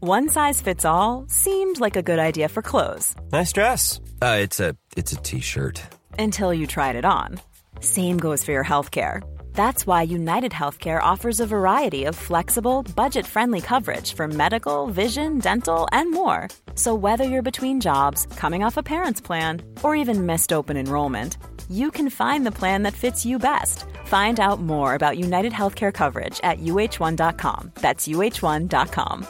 One size fits all seemed like a good idea for clothes. Nice dress. It's a t-shirt. Until you tried it on. Same goes for your healthcare. That's why United Healthcare offers a variety of flexible, budget-friendly coverage for medical, vision, dental, and more. So whether you're between jobs, coming off a parent's plan, or even missed open enrollment, you can find the plan that fits you best. Find out more about United Healthcare coverage at uh1.com. That's uh1.com.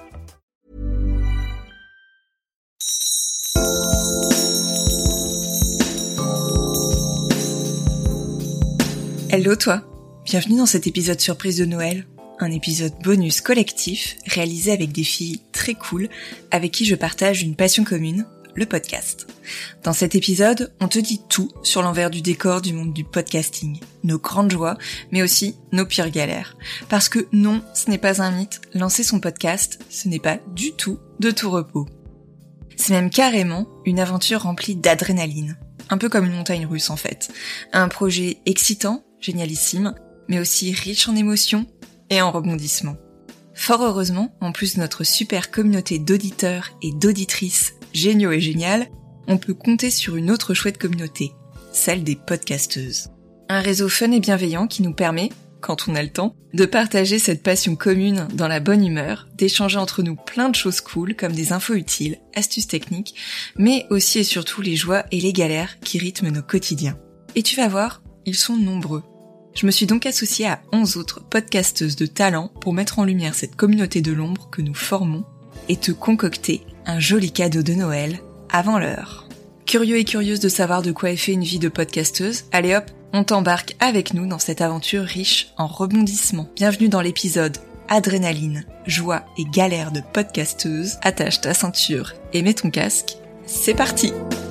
Hello toi, bienvenue dans cet épisode surprise de Noël, un épisode bonus collectif réalisé avec des filles très cool avec qui je partage une passion commune, le podcast. Dans cet épisode, on te dit tout sur l'envers du décor du monde du podcasting, nos grandes joies, mais aussi nos pires galères. Parce que non, ce n'est pas un mythe, lancer son podcast, ce n'est pas du tout de tout repos. C'est même carrément une aventure remplie d'adrénaline, un peu comme une montagne russe en fait. Un projet excitant, génialissime, mais aussi riche en émotions et en rebondissements. Fort heureusement, en plus de notre super communauté d'auditeurs et d'auditrices géniaux et géniales, on peut compter sur une autre chouette communauté, celle des podcasteuses. Un réseau fun et bienveillant qui nous permet, quand on a le temps, de partager cette passion commune dans la bonne humeur, d'échanger entre nous plein de choses cool comme des infos utiles, astuces techniques, mais aussi et surtout les joies et les galères qui rythment nos quotidiens. Et tu vas voir, ils sont nombreux. Je me suis donc associée à 11 autres podcasteuses de talent pour mettre en lumière cette communauté de l'ombre que nous formons et te concocter un joli cadeau de Noël avant l'heure. Curieux et curieuse de savoir de quoi est fait une vie de podcasteuse, allez hop, on t'embarque avec nous dans cette aventure riche en rebondissements. Bienvenue dans l'épisode Adrénaline, joie et galère de podcasteuse. Attache ta ceinture et mets ton casque, c'est parti!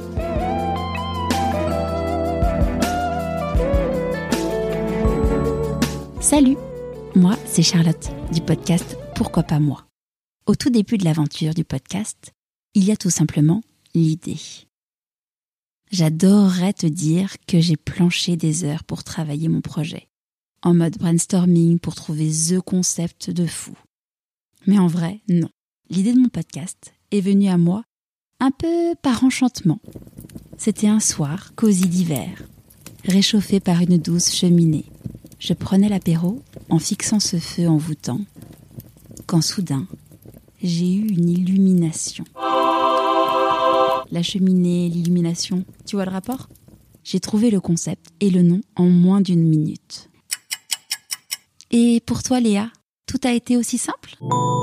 Salut, moi c'est Charlotte du podcast Pourquoi pas moi. Au tout début de l'aventure du podcast, il y a tout simplement l'idée. J'adorerais te dire que j'ai planché des heures pour travailler mon projet, en mode brainstorming pour trouver the concept de fou. Mais en vrai, non. L'idée de mon podcast est venue à moi un peu par enchantement. C'était un soir cosy d'hiver, réchauffé par une douce cheminée. Je prenais l'apéro en fixant ce feu envoûtant, quand soudain, j'ai eu une illumination. La cheminée, l'illumination, tu vois le rapport ? J'ai trouvé le concept et le nom en moins d'1 minute. Et pour toi Léa, tout a été aussi simple ?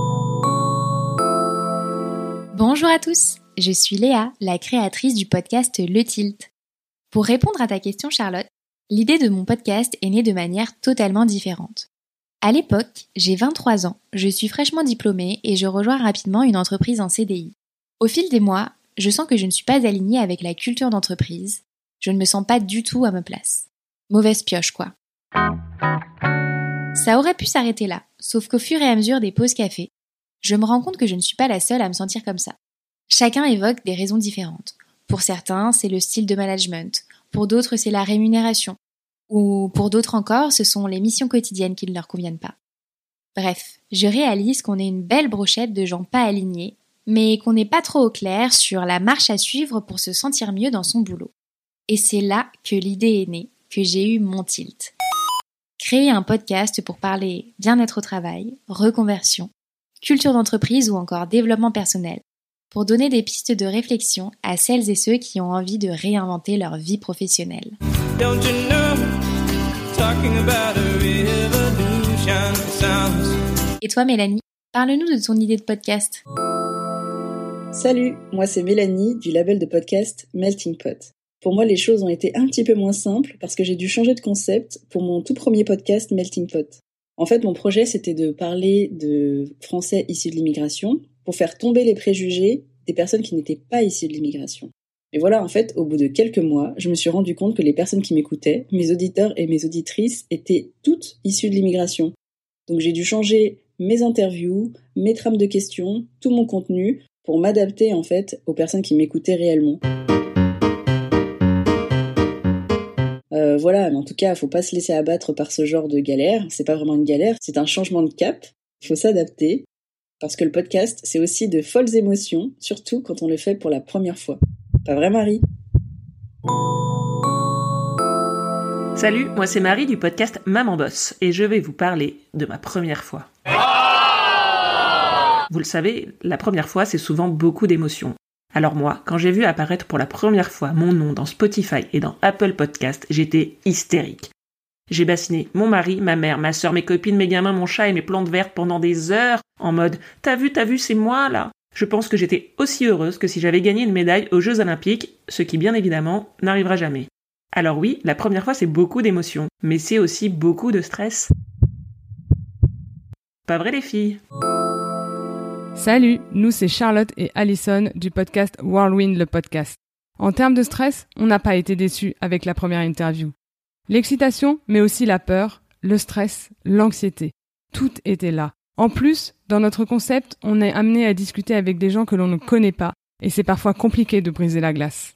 Bonjour à tous, je suis Léa, la créatrice du podcast Le Tilt. Pour répondre à ta question Charlotte, l'idée de mon podcast est née de manière totalement différente. À l'époque, j'ai 23 ans, je suis fraîchement diplômée et je rejoins rapidement une entreprise en CDI. Au fil des mois, je sens que je ne suis pas alignée avec la culture d'entreprise. Je ne me sens pas du tout à ma place. Mauvaise pioche, quoi. Ça aurait pu s'arrêter là, sauf qu'au fur et à mesure des pauses café, je me rends compte que je ne suis pas la seule à me sentir comme ça. Chacun évoque des raisons différentes. Pour certains, c'est le style de management. Pour d'autres, c'est la rémunération. Ou pour d'autres encore, ce sont les missions quotidiennes qui ne leur conviennent pas. Bref, je réalise qu'on est une belle brochette de gens pas alignés, mais qu'on n'est pas trop au clair sur la marche à suivre pour se sentir mieux dans son boulot. Et c'est là que l'idée est née, que j'ai eu mon tilt. Créer un podcast pour parler bien-être au travail, reconversion, culture d'entreprise ou encore développement personnel, pour donner des pistes de réflexion à celles et ceux qui ont envie de réinventer leur vie professionnelle. Don't you know, talking about a revolution sounds. Et toi Mélanie, parle-nous de ton idée de podcast. Salut, moi c'est Mélanie du label de podcast Melting Pot. Pour moi les choses ont été un petit peu moins simples parce que j'ai dû changer de concept pour mon tout premier podcast Melting Pot. En fait mon projet c'était de parler de Français issus de l'immigration pour faire tomber les préjugés des personnes qui n'étaient pas issues de l'immigration. Et voilà, en fait, au bout de quelques mois, je me suis rendu compte que les personnes qui m'écoutaient, mes auditeurs et mes auditrices, étaient toutes issues de l'immigration. Donc j'ai dû changer mes interviews, mes trames de questions, tout mon contenu, pour m'adapter, en fait, aux personnes qui m'écoutaient réellement. Voilà, mais en tout cas, faut pas se laisser abattre par ce genre de galère. C'est pas vraiment une galère, c'est un changement de cap. Il faut s'adapter. Parce que le podcast, c'est aussi de folles émotions, surtout quand on le fait pour la première fois. Pas vrai, Marie ? Salut, moi c'est Marie du podcast Maman Boss et je vais vous parler de ma première fois. Vous le savez, la première fois c'est souvent beaucoup d'émotions. Alors moi, quand j'ai vu apparaître pour la première fois mon nom dans Spotify et dans Apple Podcast, j'étais hystérique. J'ai bassiné mon mari, ma mère, ma sœur, mes copines, mes gamins, mon chat et mes plantes vertes pendant des heures en mode « T'as vu, c'est moi là !» Je pense que j'étais aussi heureuse que si j'avais gagné une médaille aux Jeux Olympiques, ce qui bien évidemment n'arrivera jamais. Alors oui, la première fois c'est beaucoup d'émotions, mais c'est aussi beaucoup de stress. Pas vrai les filles ? Salut, nous c'est Charlotte et Alison du podcast Whirlwind le podcast. En termes de stress, on n'a pas été déçus avec la première interview. L'excitation, mais aussi la peur, le stress, l'anxiété, tout était là. En plus, dans notre concept, on est amené à discuter avec des gens que l'on ne connaît pas et c'est parfois compliqué de briser la glace.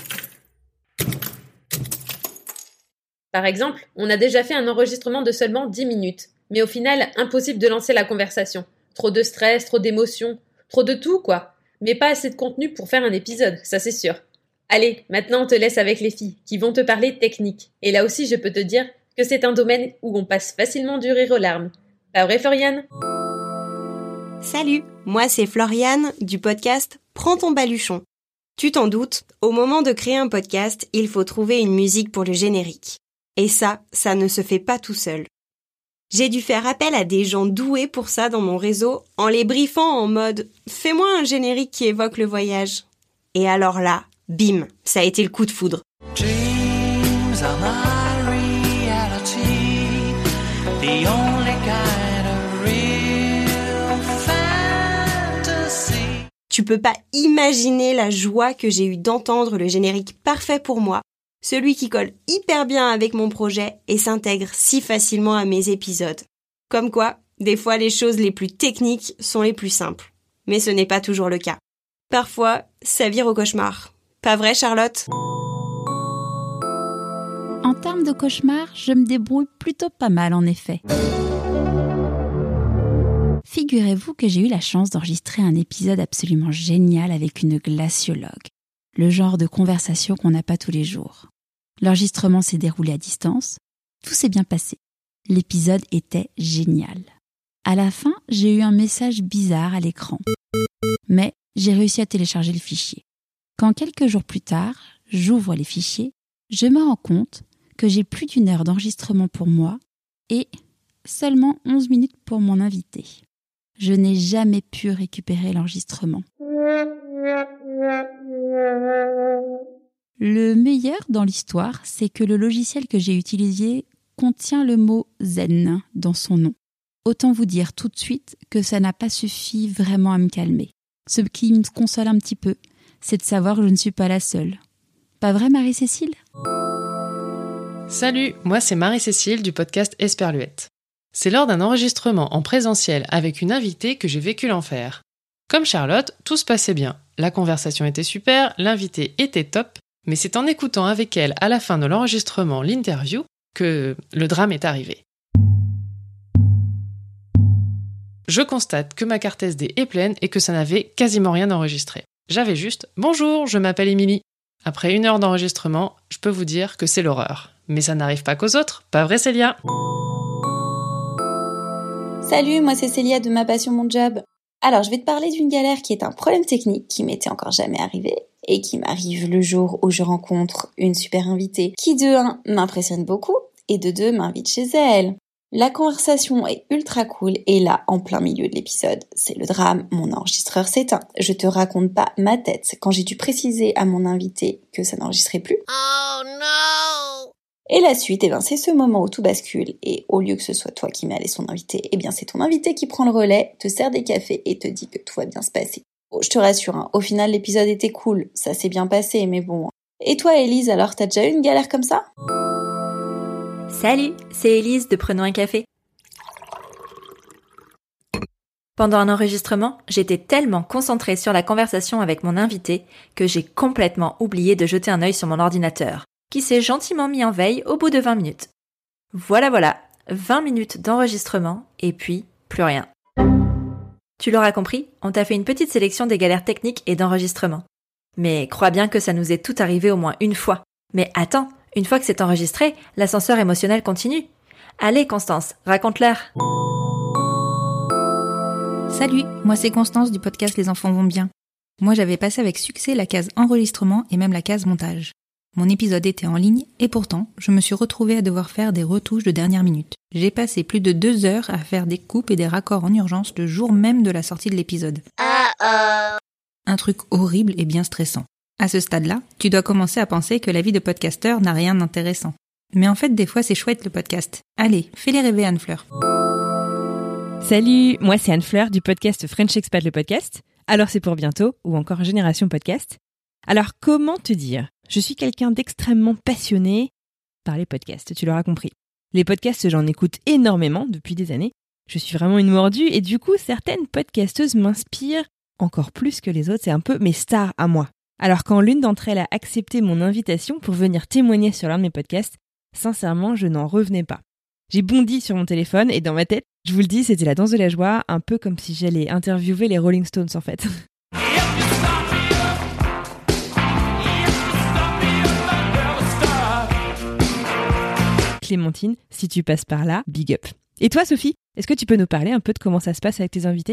Par exemple, on a déjà fait un enregistrement de seulement 10 minutes, mais au final, impossible de lancer la conversation. Trop de stress, trop d'émotions, trop de tout, quoi. Mais pas assez de contenu pour faire un épisode, ça c'est sûr. Allez, maintenant on te laisse avec les filles, qui vont te parler technique. Et là aussi, je peux te dire que c'est un domaine où on passe facilement du rire aux larmes. Pas vrai, Floriane ? Salut, moi c'est Floriane du podcast Prends ton baluchon. Tu t'en doutes, au moment de créer un podcast, il faut trouver une musique pour le générique. Et ça ne se fait pas tout seul. J'ai dû faire appel à des gens doués pour ça dans mon réseau en les briefant en mode « Fais-moi un générique qui évoque le voyage ». Et alors là, bim, ça a été le coup de foudre. Dreams are my reality, the only kind of real fantasy. Tu peux pas imaginer la joie que j'ai eue d'entendre le générique parfait pour moi, celui qui colle hyper bien avec mon projet et s'intègre si facilement à mes épisodes. Comme quoi, des fois les choses les plus techniques sont les plus simples. Mais ce n'est pas toujours le cas. Parfois, ça vire au cauchemar. Pas vrai, Charlotte ? En termes de cauchemar, je me débrouille plutôt pas mal en effet. Figurez-vous que j'ai eu la chance d'enregistrer un épisode absolument génial avec une glaciologue. Le genre de conversation qu'on n'a pas tous les jours. L'enregistrement s'est déroulé à distance. Tout s'est bien passé. L'épisode était génial. À la fin, j'ai eu un message bizarre à l'écran. Mais j'ai réussi à télécharger le fichier. Quand quelques jours plus tard, j'ouvre les fichiers, je me rends compte que j'ai plus d'1 heure d'enregistrement pour moi et seulement 11 minutes pour mon invité. Je n'ai jamais pu récupérer l'enregistrement. Le meilleur dans l'histoire, c'est que le logiciel que j'ai utilisé contient le mot « zen » dans son nom. Autant vous dire tout de suite que ça n'a pas suffi vraiment à me calmer. Ce qui me console un petit peu, c'est de savoir que je ne suis pas la seule. Pas vrai, Marie-Cécile ? Salut, moi c'est Marie-Cécile du podcast Esperluette. C'est lors d'un enregistrement en présentiel avec une invitée que j'ai vécu l'enfer. Comme Charlotte, tout se passait bien. La conversation était super, l'invité était top, mais c'est en écoutant avec elle à la fin de l'enregistrement l'interview que le drame est arrivé. Je constate que ma carte SD est pleine et que ça n'avait quasiment rien enregistré. J'avais juste « Bonjour, je m'appelle Émilie ». Après 1 heure d'enregistrement, je peux vous dire que c'est l'horreur. Mais ça n'arrive pas qu'aux autres, pas vrai Célia ? Salut, moi c'est Célia de Ma Passion Mon Job. Alors, je vais te parler d'une galère qui est un problème technique qui m'était encore jamais arrivé et qui m'arrive le jour où je rencontre une super invitée qui de 1 m'impressionne beaucoup et de 2 m'invite chez elle. La conversation est ultra cool et là, en plein milieu de l'épisode, c'est le drame, mon enregistreur s'éteint. Je te raconte pas ma tête quand j'ai dû préciser à mon invité que ça n'enregistrait plus. Oh non! Et la suite, c'est ce moment où tout bascule et au lieu que ce soit toi qui mets à aller son invité, c'est ton invité qui prend le relais, te sert des cafés et te dit que tout va bien se passer. Oh, je te rassure, au final l'épisode était cool, ça s'est bien passé, mais bon. Et toi Élise, alors t'as déjà eu une galère comme ça ? Salut, c'est Élise de Prenons un café. Pendant un enregistrement, j'étais tellement concentrée sur la conversation avec mon invité que j'ai complètement oublié de jeter un œil sur mon ordinateur, qui s'est gentiment mis en veille au bout de 20 minutes. Voilà, 20 minutes d'enregistrement et puis plus rien. Tu l'auras compris, on t'a fait une petite sélection des galères techniques et d'enregistrement. Mais crois bien que ça nous est tout arrivé au moins une fois. Mais attends, une fois que c'est enregistré, l'ascenseur émotionnel continue. Allez Constance, raconte-leur. Salut, moi c'est Constance du podcast Les enfants vont bien. Moi j'avais passé avec succès la case enregistrement et même la case montage. Mon épisode était en ligne et pourtant, je me suis retrouvée à devoir faire des retouches de dernière minute. J'ai passé plus de 2 heures à faire des coupes et des raccords en urgence le jour même de la sortie de l'épisode. Un truc horrible et bien stressant. À ce stade-là, tu dois commencer à penser que la vie de podcasteur n'a rien d'intéressant. Mais en fait, des fois, c'est chouette le podcast. Allez, fais-les rêver Anne-Fleur. Salut, moi c'est Anne-Fleur du podcast French Expat le podcast. Alors c'est pour bientôt, ou encore Génération Podcast. Alors comment te dire ? Je suis quelqu'un d'extrêmement passionné par les podcasts, tu l'auras compris. Les podcasts, j'en écoute énormément depuis des années. Je suis vraiment une mordue et du coup, certaines podcasteuses m'inspirent encore plus que les autres. C'est un peu mes stars à moi. Alors quand l'une d'entre elles a accepté mon invitation pour venir témoigner sur l'un de mes podcasts, sincèrement, je n'en revenais pas. J'ai bondi sur mon téléphone et dans ma tête, je vous le dis, c'était la danse de la joie, un peu comme si j'allais interviewer les Rolling Stones en fait. Clémentine, si tu passes par là, big up. Et toi Sophie, est-ce que tu peux nous parler un peu de comment ça se passe avec tes invités ?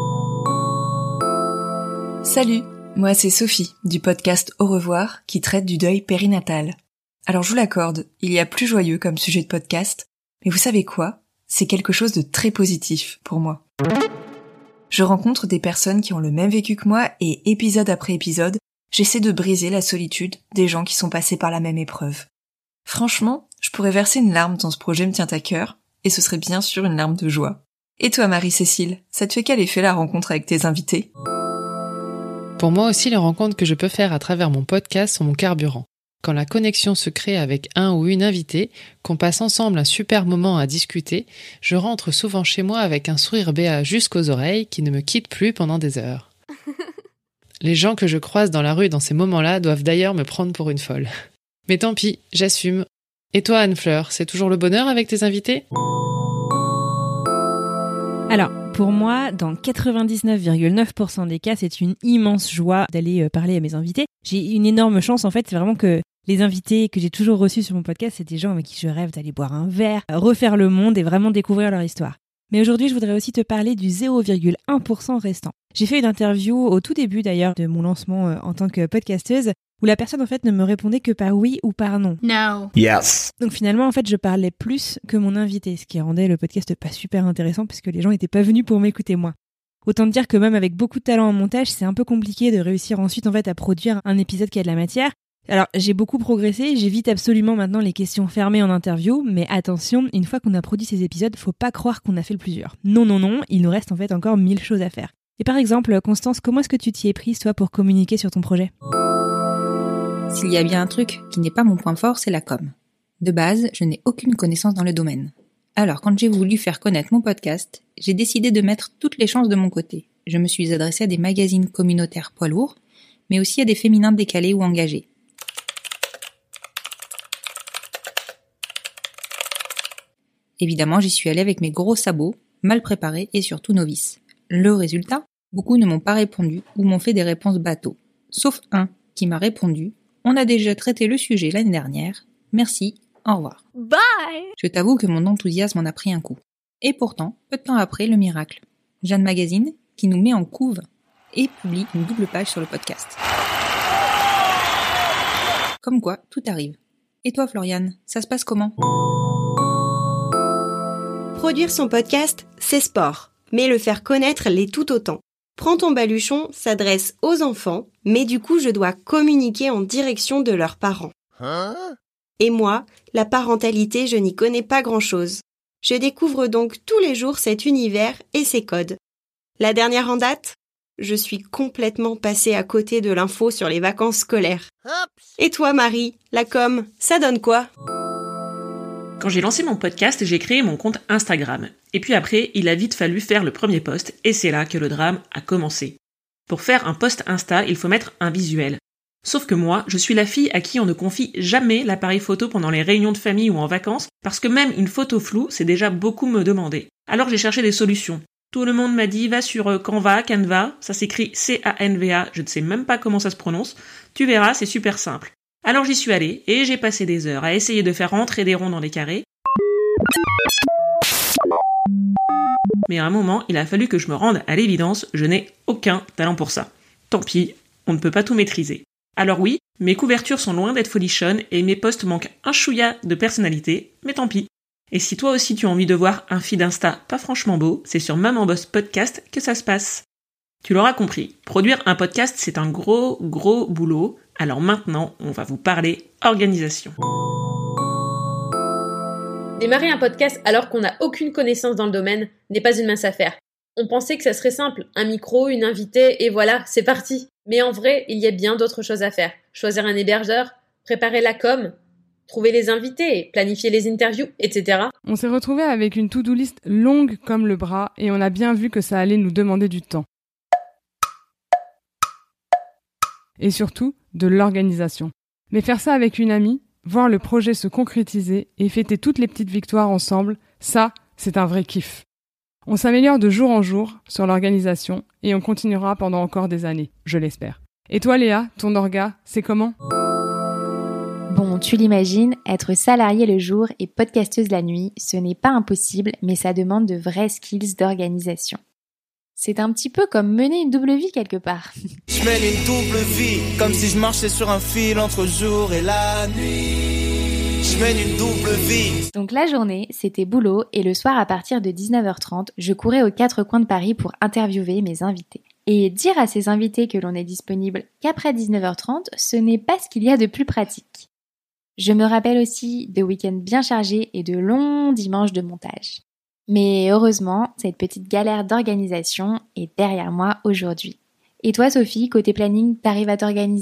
Salut, moi c'est Sophie, du podcast Au revoir, qui traite du deuil périnatal. Alors je vous l'accorde, il y a plus joyeux comme sujet de podcast, mais vous savez quoi ? C'est quelque chose de très positif pour moi. Je rencontre des personnes qui ont le même vécu que moi et épisode après épisode, j'essaie de briser la solitude des gens qui sont passés par la même épreuve. Franchement, je pourrais verser une larme tant ce projet me tient à cœur, et ce serait bien sûr une larme de joie. Et toi Marie-Cécile, ça te fait quel effet la rencontre avec tes invités ? Pour moi aussi, les rencontres que je peux faire à travers mon podcast sont mon carburant. Quand la connexion se crée avec un ou une invitée, qu'on passe ensemble un super moment à discuter, je rentre souvent chez moi avec un sourire béat jusqu'aux oreilles qui ne me quitte plus pendant des heures. Les gens que je croise dans la rue dans ces moments-là doivent d'ailleurs me prendre pour une folle. Mais tant pis, j'assume. Et toi Anne-Fleur, c'est toujours le bonheur avec tes invités ? Alors, pour moi, dans 99,9% des cas, c'est une immense joie d'aller parler à mes invités. J'ai une énorme chance, en fait, c'est vraiment que les invités que j'ai toujours reçus sur mon podcast, c'est des gens avec qui je rêve d'aller boire un verre, refaire le monde et vraiment découvrir leur histoire. Mais aujourd'hui, je voudrais aussi te parler du 0,1% restant. J'ai fait une interview au tout début d'ailleurs de mon lancement en tant que podcasteuse, où la personne en fait ne me répondait que par oui ou par non. No. Yes. Donc finalement en fait je parlais plus que mon invité, ce qui rendait le podcast pas super intéressant parce que les gens n'étaient pas venus pour m'écouter moi. Autant te dire que même avec beaucoup de talent en montage, c'est un peu compliqué de réussir ensuite en fait à produire un épisode qui a de la matière. Alors j'ai beaucoup progressé, j'évite absolument maintenant les questions fermées en interview, mais attention, une fois qu'on a produit ces épisodes, faut pas croire qu'on a fait le plus dur. Non, il nous reste en fait encore 1000 choses à faire. Et par exemple, Constance, comment est-ce que tu t'y es prise toi pour communiquer sur ton projet ? S'il y a bien un truc qui n'est pas mon point fort, c'est la com. De base, je n'ai aucune connaissance dans le domaine. Alors, quand j'ai voulu faire connaître mon podcast, j'ai décidé de mettre toutes les chances de mon côté. Je me suis adressée à des magazines communautaires poids lourds, mais aussi à des féminins décalés ou engagés. Évidemment, j'y suis allée avec mes gros sabots, mal préparés et surtout novices. Le résultat ? Beaucoup ne m'ont pas répondu ou m'ont fait des réponses bateaux. Sauf un qui m'a répondu « On a déjà traité le sujet l'année dernière. Merci, au revoir. » Bye. Je t'avoue que mon enthousiasme en a pris un coup. Et pourtant, peu de temps après, le miracle. Jeanne Magazine, qui nous met en couve et publie une double page sur le podcast. Comme quoi, tout arrive. Et toi, Floriane, ça se passe comment ? Produire son podcast, c'est sport, mais le faire connaître l'est tout autant. Prends ton baluchon s'adresse aux enfants, mais du coup je dois communiquer en direction de leurs parents. Et moi, la parentalité, je n'y connais pas grand-chose. Je découvre donc tous les jours cet univers et ses codes. La dernière en date ? Je suis complètement passée à côté de l'info sur les vacances scolaires. Et toi Marie, la com, ça donne quoi ? Quand j'ai lancé mon podcast, j'ai créé mon compte Instagram. Et puis après, il a vite fallu faire le premier post, et c'est là que le drame a commencé. Pour faire un post Insta, il faut mettre un visuel. Sauf que moi, je suis la fille à qui on ne confie jamais l'appareil photo pendant les réunions de famille ou en vacances, parce que même une photo floue, c'est déjà beaucoup me demander. Alors j'ai cherché des solutions. Tout le monde m'a dit, va sur Canva, ça s'écrit C-A-N-V-A, je ne sais même pas comment ça se prononce. Tu verras, c'est super simple. Alors j'y suis allée, et j'ai passé des heures à essayer de faire rentrer des ronds dans les carrés. Mais à un moment, il a fallu que je me rende à l'évidence, je n'ai aucun talent pour ça. Tant pis, on ne peut pas tout maîtriser. Alors oui, mes couvertures sont loin d'être folichonnes et mes posts manquent un chouïa de personnalité, mais tant pis. Et si toi aussi tu as envie de voir un feed Insta pas franchement beau, c'est sur Maman Boss Podcast que ça se passe. Tu l'auras compris, produire un podcast c'est un gros boulot, alors maintenant on va vous parler organisation. Démarrer un podcast alors qu'on n'a aucune connaissance dans le domaine n'est pas une mince affaire. On pensait que ça serait simple, un micro, une invitée, et voilà, c'est parti. Mais en vrai, il y a bien d'autres choses à faire. Choisir un hébergeur, préparer la com, trouver les invités, planifier les interviews, etc. On s'est retrouvés avec une to-do list longue comme le bras et on a bien vu que ça allait nous demander du temps. Et surtout, de l'organisation. Mais faire ça avec une amie, voir le projet se concrétiser et fêter toutes les petites victoires ensemble, ça, c'est un vrai kiff. On s'améliore de jour en jour sur l'organisation et on continuera pendant encore des années, je l'espère. Et toi Léa, ton orga, c'est comment ? Bon, tu l'imagines, être salariée le jour et podcasteuse la nuit, ce n'est pas impossible, mais ça demande de vrais skills d'organisation. C'est un petit peu comme mener une double vie quelque part. Je mène une double vie, comme si je marchais sur un fil entre jour et la nuit. Je mène une double vie. Donc la journée, c'était boulot et le soir à partir de 19h30, je courais aux 4 coins de Paris pour interviewer mes invités. Et dire à ces invités que l'on est disponible qu'après 19h30, ce n'est pas ce qu'il y a de plus pratique. Je me rappelle aussi de week-ends bien chargés et de longs dimanches de montage. Mais heureusement, cette petite galère d'organisation est derrière moi aujourd'hui. Et toi Sophie, côté planning, t'arrives à t'organiser ?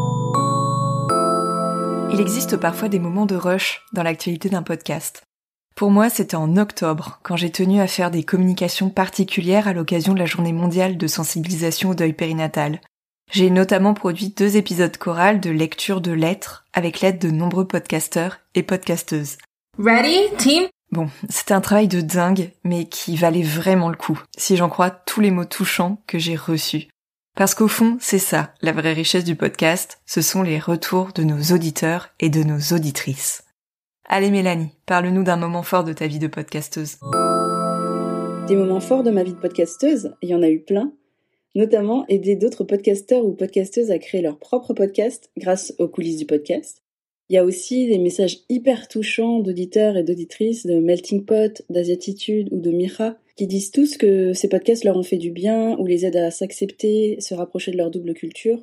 Il existe parfois des moments de rush dans l'actualité d'un podcast. Pour moi, c'était en octobre, quand j'ai tenu à faire des communications particulières à l'occasion de la journée mondiale de sensibilisation au deuil périnatal. J'ai notamment produit 2 épisodes chorales de lecture de lettres avec l'aide de nombreux podcasteurs et podcasteuses. Ready, team? Bon, c'était un travail de dingue, mais qui valait vraiment le coup, si j'en crois tous les mots touchants que j'ai reçus. Parce qu'au fond, c'est ça, la vraie richesse du podcast, ce sont les retours de nos auditeurs et de nos auditrices. Allez Mélanie, parle-nous d'un moment fort de ta vie de podcasteuse. Des moments forts de ma vie de podcasteuse, il y en a eu plein, notamment aider d'autres podcasteurs ou podcasteuses à créer leur propre podcast grâce aux coulisses du podcast. Il y a aussi des messages hyper touchants d'auditeurs et d'auditrices de Melting Pot, d'Asiatitude ou de Mira, qui disent tous que ces podcasts leur ont fait du bien ou les aident à s'accepter, se rapprocher de leur double culture.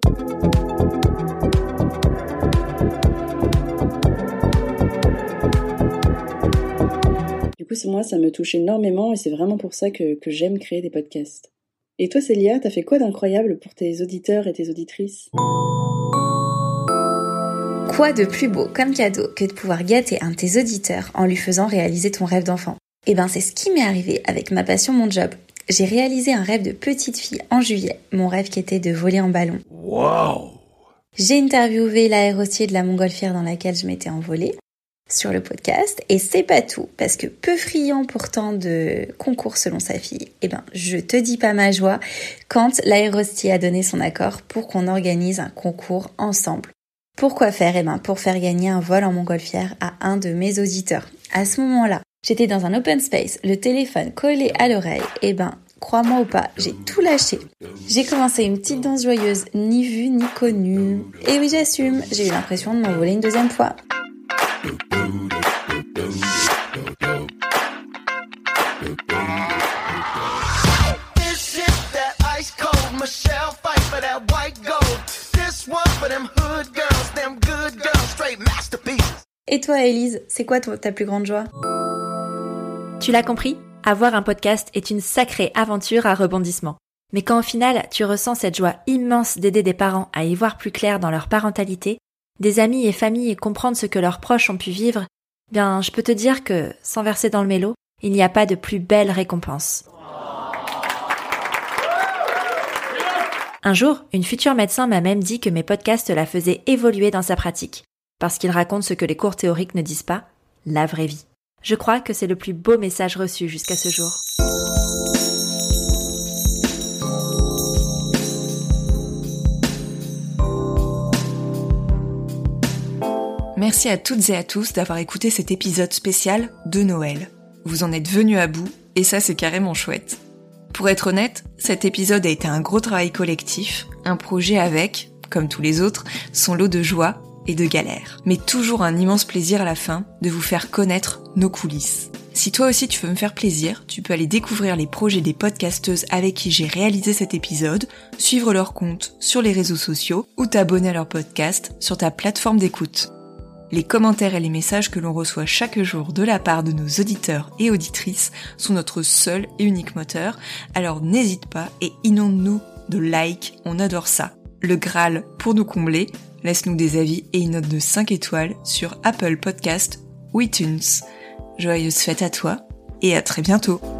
Du coup, moi, ça me touche énormément et c'est vraiment pour ça que j'aime créer des podcasts. Et toi, Célia, t'as fait quoi d'incroyable pour tes auditeurs et tes auditrices ? Quoi de plus beau comme cadeau que de pouvoir gâter un de tes auditeurs en lui faisant réaliser ton rêve d'enfant ? Eh ben, c'est ce qui m'est arrivé avec ma passion, mon job. J'ai réalisé un rêve de petite fille en juillet, mon rêve qui était de voler en ballon. Wow. J'ai interviewé l'aérostier de la montgolfière dans laquelle je m'étais envolée sur le podcast, et c'est pas tout, parce que peu friand pourtant de concours selon sa fille, eh ben, je te dis pas ma joie quand l'aérostier a donné son accord pour qu'on organise un concours ensemble. Pourquoi faire ? Eh ben, pour faire gagner un vol en montgolfière à un de mes auditeurs. À ce moment-là, j'étais dans un open space, le téléphone collé à l'oreille, et ben, crois-moi ou pas, j'ai tout lâché. J'ai commencé une petite danse joyeuse, ni vue ni connue. Et oui, j'assume, j'ai eu l'impression de m'envoler une deuxième fois. Et toi, Élise, c'est quoi ta plus grande joie ? Tu l'as compris ? Avoir un podcast est une sacrée aventure à rebondissement. Mais quand au final, tu ressens cette joie immense d'aider des parents à y voir plus clair dans leur parentalité, des amis et familles et comprendre ce que leurs proches ont pu vivre, bien, je peux te dire que, sans verser dans le mélo, il n'y a pas de plus belle récompense. Un jour, une future médecin m'a même dit que mes podcasts la faisaient évoluer dans sa pratique, parce qu'ils racontent ce que les cours théoriques ne disent pas, la vraie vie. Je crois que c'est le plus beau message reçu jusqu'à ce jour. Merci à toutes et à tous d'avoir écouté cet épisode spécial de Noël. Vous en êtes venus à bout, et ça c'est carrément chouette. Pour être honnête, cet épisode a été un gros travail collectif, un projet avec, comme tous les autres, son lot de joie et de galères. Mais toujours un immense plaisir à la fin de vous faire connaître nos coulisses. Si toi aussi tu veux me faire plaisir, tu peux aller découvrir les projets des podcasteuses avec qui j'ai réalisé cet épisode, suivre leurs comptes sur les réseaux sociaux ou t'abonner à leur podcast sur ta plateforme d'écoute. Les commentaires et les messages que l'on reçoit chaque jour de la part de nos auditeurs et auditrices sont notre seul et unique moteur, alors n'hésite pas et inonde-nous de likes, on adore ça. Le Graal pour nous combler, laisse-nous des avis et une note de 5 étoiles sur Apple Podcast ou iTunes. Joyeuse fête à toi et à très bientôt.